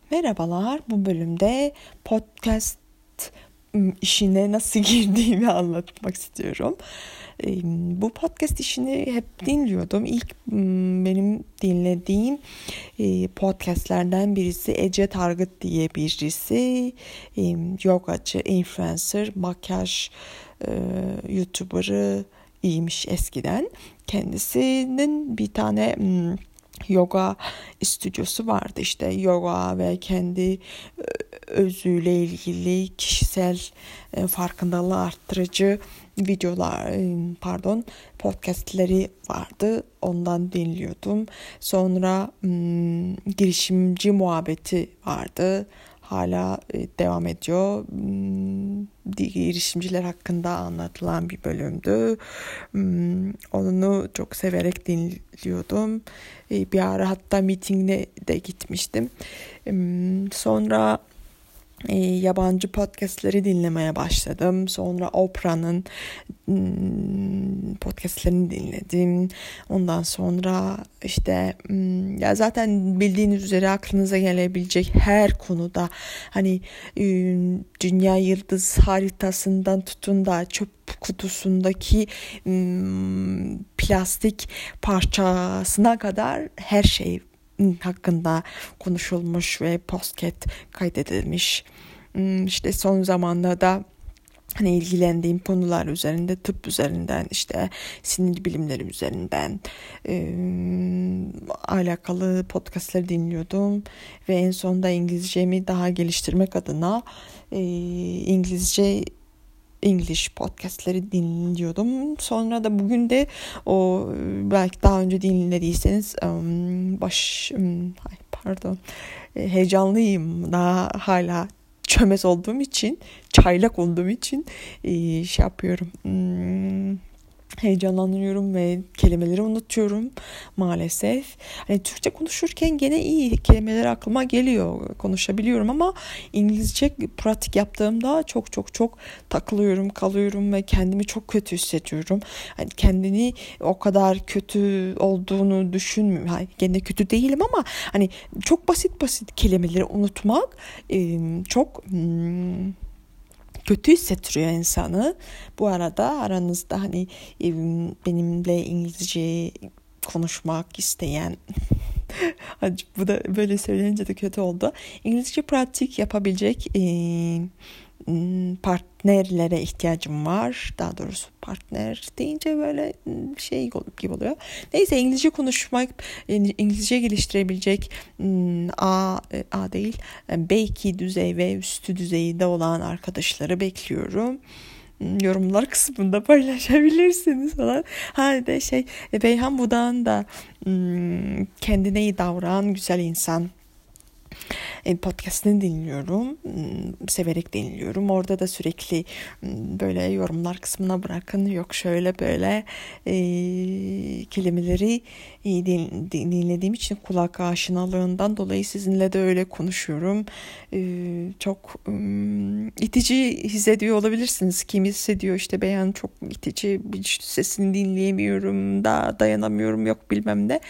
Merhabalar, bu bölümde podcast işine nasıl girdiğimi anlatmak istiyorum. Bu podcast işini hep dinliyordum. İlk benim dinlediğim podcastlerden birisi Ece Targıt diye birisi. Yogacı, influencer, makyaj YouTuber'ı iyiymiş eskiden. Kendisinin bir tane yoga stüdyosu vardı, işte yoga ve kendi özüyle ilgili kişisel farkındalığı arttırıcı videolar podcastleri vardı, ondan dinliyordum. Sonra girişimci muhabbeti vardı, hala devam ediyor. Girişimciler hakkında anlatılan bir bölümdü. Onu çok severek dinliyordum. Bir ara hatta mitingine de gitmiştim. Sonra yabancı podcastleri dinlemeye başladım. Sonra Oprah'nın podcastlerini dinledim. Ondan sonra işte ya zaten bildiğiniz üzere aklınıza gelebilecek her konuda, hani dünya yıldız haritasından tutun da çöp kutusundaki plastik parçasına kadar her şey hakkında konuşulmuş ve podcast kaydedilmiş. İşte son zamanlarda hani ilgilendiğim konular üzerinde, tıp üzerinden, işte sinir bilimleri üzerinden alakalı podcastları dinliyordum ve en sonunda İngilizcemi daha geliştirmek adına English podcastleri dinliyordum. Sonra da bugün de o, belki daha önce dinlediyseniz heyecanlıyım. Daha hala çömez olduğum için, çaylak olduğum için şey yapıyorum. Heyecanlanıyorum ve kelimeleri unutuyorum maalesef. Hani Türkçe konuşurken gene iyi kelimeler aklıma geliyor, konuşabiliyorum, ama İngilizce pratik yaptığımda çok takılıyorum, kalıyorum ve kendimi çok kötü hissediyorum. Hani kendini o kadar kötü olduğunu düşünmüyorum. Hani gene kötü değilim ama hani çok basit kelimeleri unutmak çok kötü hissettiriyor insanı. Bu arada aranızda hani benimle İngilizce konuşmak isteyen bu da böyle söylenince de kötü oldu. İngilizce pratik yapabilecek partnerlere ihtiyacım var. Daha doğrusu partner deyince böyle şey gibi oluyor. Neyse, İngilizce konuşmak, İngilizce geliştirebilecek A değil, B2 düzey ve üstü düzeyde olan arkadaşları bekliyorum. Yorumlar kısmında paylaşabilirsiniz falan. Beyhan Budak'ın da kendine iyi davran güzel insan podcast'ını dinliyorum. Severek dinliyorum. Orada da sürekli böyle yorumlar kısmına bırakın, yok şöyle böyle kelimeleri dinlediğim için kulak aşinalığından dolayı sizinle de öyle konuşuyorum. Çok itici hissediyor olabilirsiniz. Kim hissediyor işte Beyhan çok itici, hiç sesini dinleyemiyorum da dayanamıyorum, yok bilmem ne.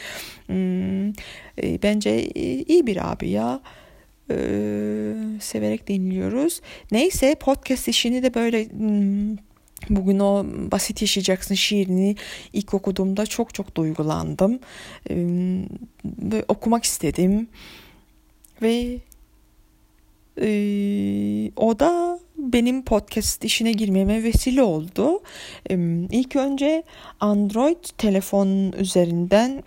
Bence iyi bir abi ya. Severek dinliyoruz. Neyse, podcast işini de böyle bugün o basit yaşayacaksın şiirini ilk okuduğumda çok duygulandım. Ve okumak istedim ve o da benim podcast işine girmeme vesile oldu. İlk önce Android telefon üzerinden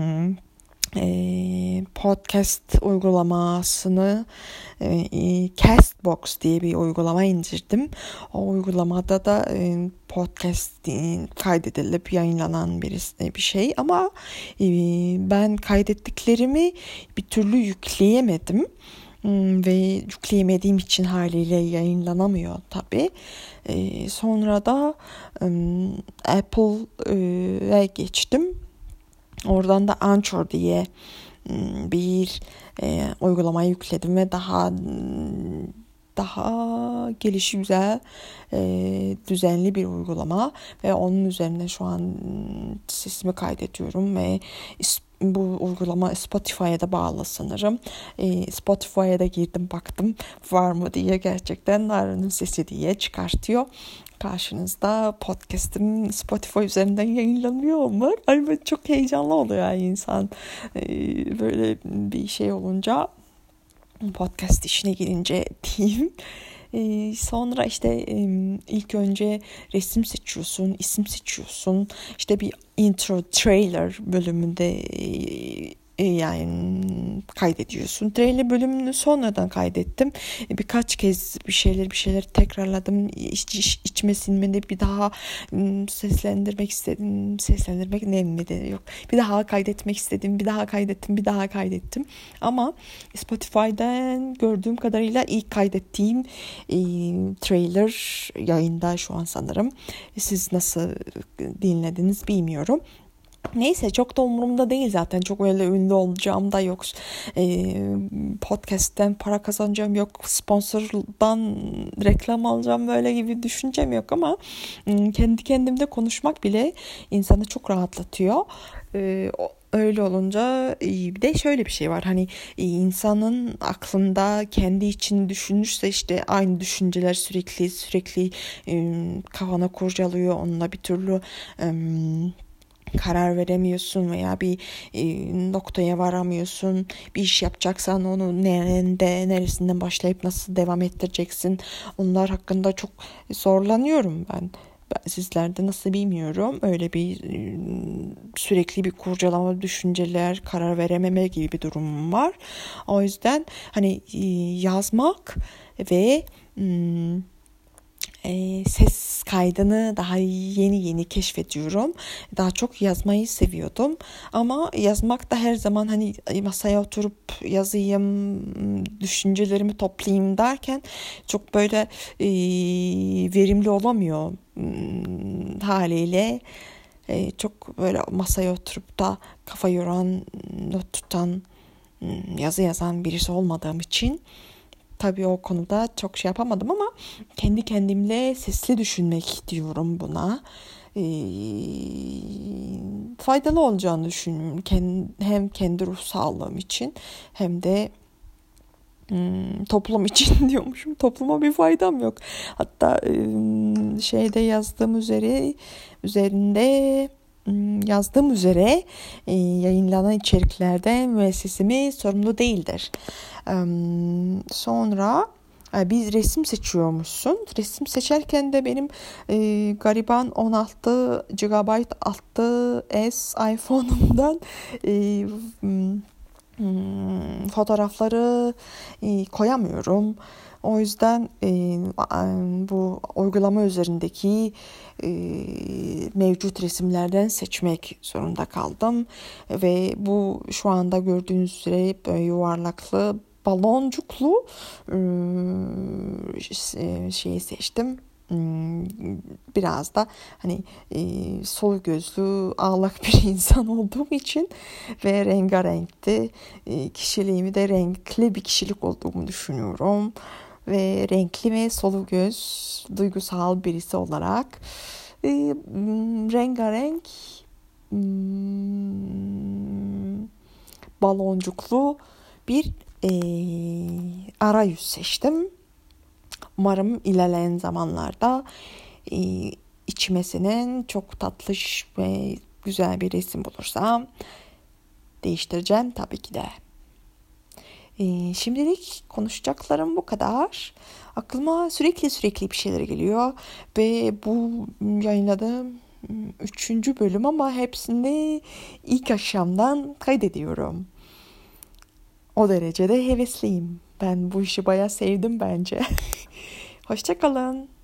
podcast uygulamasını, Castbox diye bir uygulama indirdim. O uygulamada da podcast kaydedilip yayınlanan bir şey, ama ben kaydettiklerimi bir türlü yükleyemedim. Ve yükleyemediğim için haliyle yayınlanamıyor tabii. Sonra da Apple'e geçtim. Oradan da Anchor diye bir uygulamayı yükledim ve daha gelişi güzel, düzenli bir uygulama ve onun üzerine şu an sesimi kaydediyorum ve bu uygulama Spotify'a da bağlı sanırım. Spotify'a da girdim baktım var mı diye, gerçekten Nara'nın Sesi diye çıkartıyor. Karşınızda podcast'im Spotify üzerinden yayınlanıyor olmak. Ay böyle çok heyecanlı oluyor yani insan. Böyle bir şey olunca, podcast işine girince diyeyim. Sonra işte ilk önce resim seçiyorsun, isim seçiyorsun. İşte bir intro trailer bölümünde yani kaydediyorsun. Trailer bölümünü sonradan kaydettim. Birkaç kez bir şeyler tekrarladım. İçime sinmedi, bir daha seslendirmek istedim. Seslendirmek ne mi de yok. Bir daha kaydetmek istedim. Bir daha kaydettim. Ama Spotify'dan gördüğüm kadarıyla ilk kaydettiğim trailer yayında şu an sanırım. Siz nasıl dinlediniz bilmiyorum. Neyse, çok da umurumda değil zaten. Çok öyle ünlü olacağım da yok. Podcast'ten para kazanacağım yok. Sponsordan reklam alacağım böyle gibi düşüncem yok ama kendi kendimde konuşmak bile insanı çok rahatlatıyor. Öyle olunca bir de şöyle bir şey var. Hani insanın aklında kendi için düşünürse işte aynı düşünceler sürekli kafana kurcalıyor. Onunla bir türlü karar veremiyorsun veya bir noktaya varamıyorsun. Bir iş yapacaksan onu neresinden başlayıp nasıl devam ettireceksin? Onlar hakkında çok zorlanıyorum ben. Sizlerde nasıl bilmiyorum. Öyle bir sürekli bir kurcalama, düşünceler, karar verememe gibi bir durumum var. O yüzden hani yazmak ve ses kaydını daha yeni keşfediyorum. Daha çok yazmayı seviyordum. Ama yazmak da her zaman hani masaya oturup yazayım, düşüncelerimi toplayayım derken çok böyle verimli olamıyor haliyle. Çok böyle masaya oturup da kafa yoran, not tutan, yazı yazan birisi olmadığım için tabii o konuda çok şey yapamadım ama kendi kendimle sesli düşünmek diyorum buna. Faydalı olacağını düşünüyorum. Hem kendi ruh sağlığım için hem de toplum için diyormuşum. Topluma bir faydam yok. Hatta şeyde yazdığım üzere yayınlanan içeriklerde müessesemi sorumlu değildir. Sonra bir resim seçiyormuşsun. Resim seçerken de benim gariban 16 GB 6s iPhone'umdan fotoğrafları koyamıyorum. O yüzden bu uygulama üzerindeki mevcut resimlerden seçmek zorunda kaldım. Ve bu şu anda gördüğünüz üzere böyle yuvarlaklı, baloncuklu şeyi seçtim. Biraz da hani sol gözlü ağlak bir insan olduğum için ve rengarenkti. Kişiliğimi de renkli bir kişilik olduğumu düşünüyorum. Ve renkli ve solu göz, duygusal birisi olarak rengarenk, baloncuklu bir arayüz seçtim. Umarım ilerleyen zamanlarda içime sinen çok tatlış ve güzel bir resim bulursam değiştireceğim tabii ki de. Şimdilik konuşacaklarım bu kadar. Aklıma sürekli bir şeyler geliyor ve bu yayınladığım 3. bölüm ama hepsini ilk akşamdan kaydediyorum. O derecede hevesliyim. Ben bu işi bayağı sevdim bence. Hoşça kalın.